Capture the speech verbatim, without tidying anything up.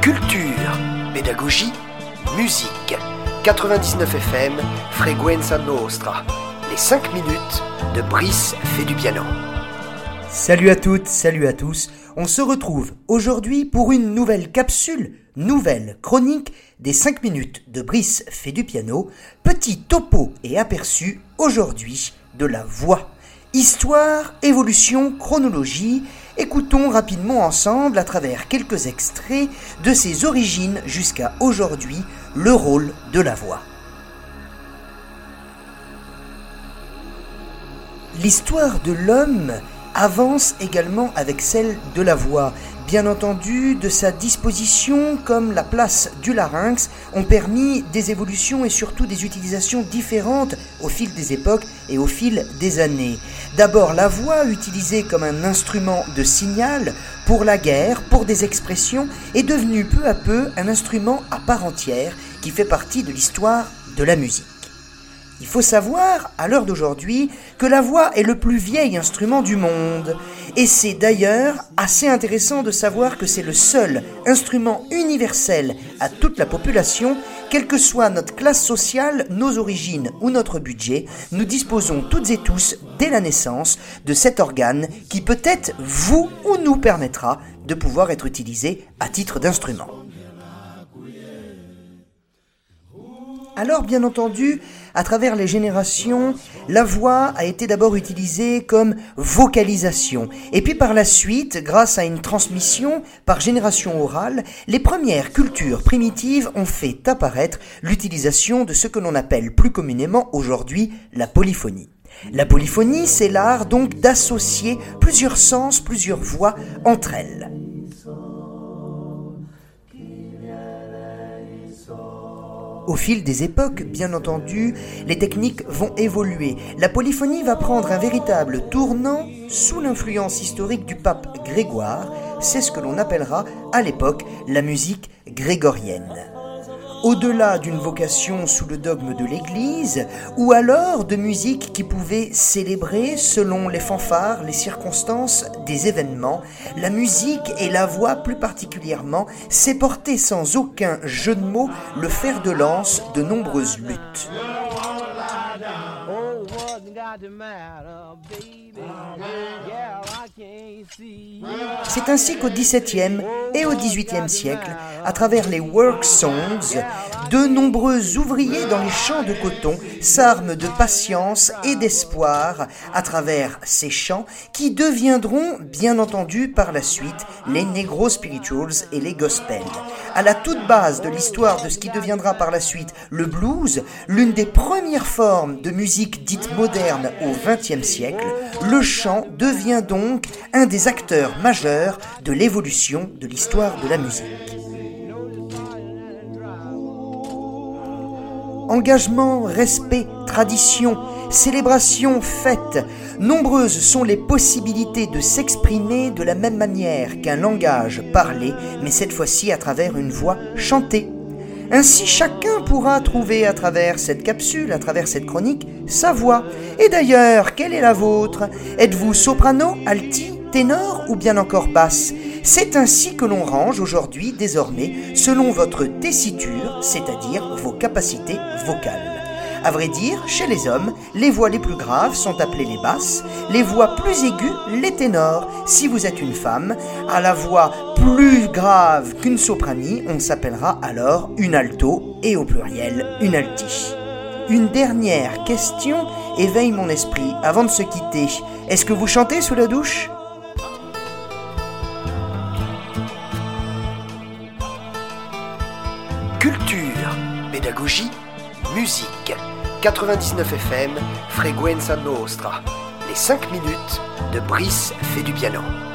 Culture, pédagogie, musique. quatre-vingt-dix-neuf F M, Frequenza Nostra. Les cinq minutes de Brice fait du piano. Salut à toutes, salut à tous. On se retrouve aujourd'hui pour une nouvelle capsule, nouvelle chronique des cinq minutes de Brice fait du piano. Petit topo et aperçu aujourd'hui de la voix. Histoire, évolution, chronologie. Écoutons rapidement ensemble, à travers quelques extraits, de ses origines jusqu'à aujourd'hui, le rôle de la voix. L'histoire de l'homme avance également avec celle de la voix. Bien entendu, de sa disposition comme la place du larynx ont permis des évolutions et surtout des utilisations différentes au fil des époques et au fil des années. D'abord, la voix utilisée comme un instrument de signal pour la guerre, pour des expressions, est devenue peu à peu un instrument à part entière qui fait partie de l'histoire de la musique. Il faut savoir, à l'heure d'aujourd'hui, que la voix est le plus vieil instrument du monde. Et c'est d'ailleurs assez intéressant de savoir que c'est le seul instrument universel à toute la population, quelle que soit notre classe sociale, nos origines ou notre budget. Nous disposons toutes et tous, dès la naissance, de cet organe qui peut-être vous ou nous permettra de pouvoir être utilisé à titre d'instrument. Alors, bien entendu, à travers les générations, la voix a été d'abord utilisée comme vocalisation. Et puis par la suite, grâce à une transmission par génération orale, les premières cultures primitives ont fait apparaître l'utilisation de ce que l'on appelle plus communément aujourd'hui la polyphonie. La polyphonie, c'est l'art donc d'associer plusieurs sens, plusieurs voix entre elles. Au fil des époques, bien entendu, les techniques vont évoluer. La polyphonie va prendre un véritable tournant sous l'influence historique du pape Grégoire. C'est ce que l'on appellera à l'époque la musique grégorienne. Au-delà d'une vocation sous le dogme de l'Église, ou alors de musique qui pouvait célébrer, selon les fanfares, les circonstances des événements, la musique et la voix plus particulièrement s'est porté sans aucun jeu de mots le fer de lance de nombreuses luttes. C'est ainsi qu'au dix-septième et au dix-huitième siècle, à travers les work songs, de nombreux ouvriers dans les champs de coton s'arment de patience et d'espoir à travers ces chants qui deviendront, bien entendu, par la suite, les negro spirituals et les gospels. À la toute base de l'histoire de ce qui deviendra par la suite le blues, l'une des premières formes de musique dite moderne au vingtième siècle, le chant devient donc un des acteurs majeurs de l'évolution de l'histoire de la musique. Engagement, respect, tradition, célébration, fête, nombreuses sont les possibilités de s'exprimer de la même manière qu'un langage parlé, mais cette fois-ci à travers une voix chantée. Ainsi, chacun pourra trouver à travers cette capsule, à travers cette chronique, sa voix. Et d'ailleurs, quelle est la vôtre ? Êtes-vous soprano, alti, ténor ou bien encore basse ? C'est ainsi que l'on range aujourd'hui, désormais, selon votre tessiture, c'est-à-dire vos capacités vocales. À vrai dire, chez les hommes, les voix les plus graves sont appelées les basses, les voix plus aiguës, les ténors. Si vous êtes une femme, à la voix plus grave qu'une sopranie, on s'appellera alors une alto et au pluriel une alti. Une dernière question éveille mon esprit avant de se quitter. Est-ce que vous chantez sous la douche ? Culture, pédagogie, musique. quatre-vingt-dix-neuf F M, Frequenza Nostra. Les cinq minutes de Brice fait du piano.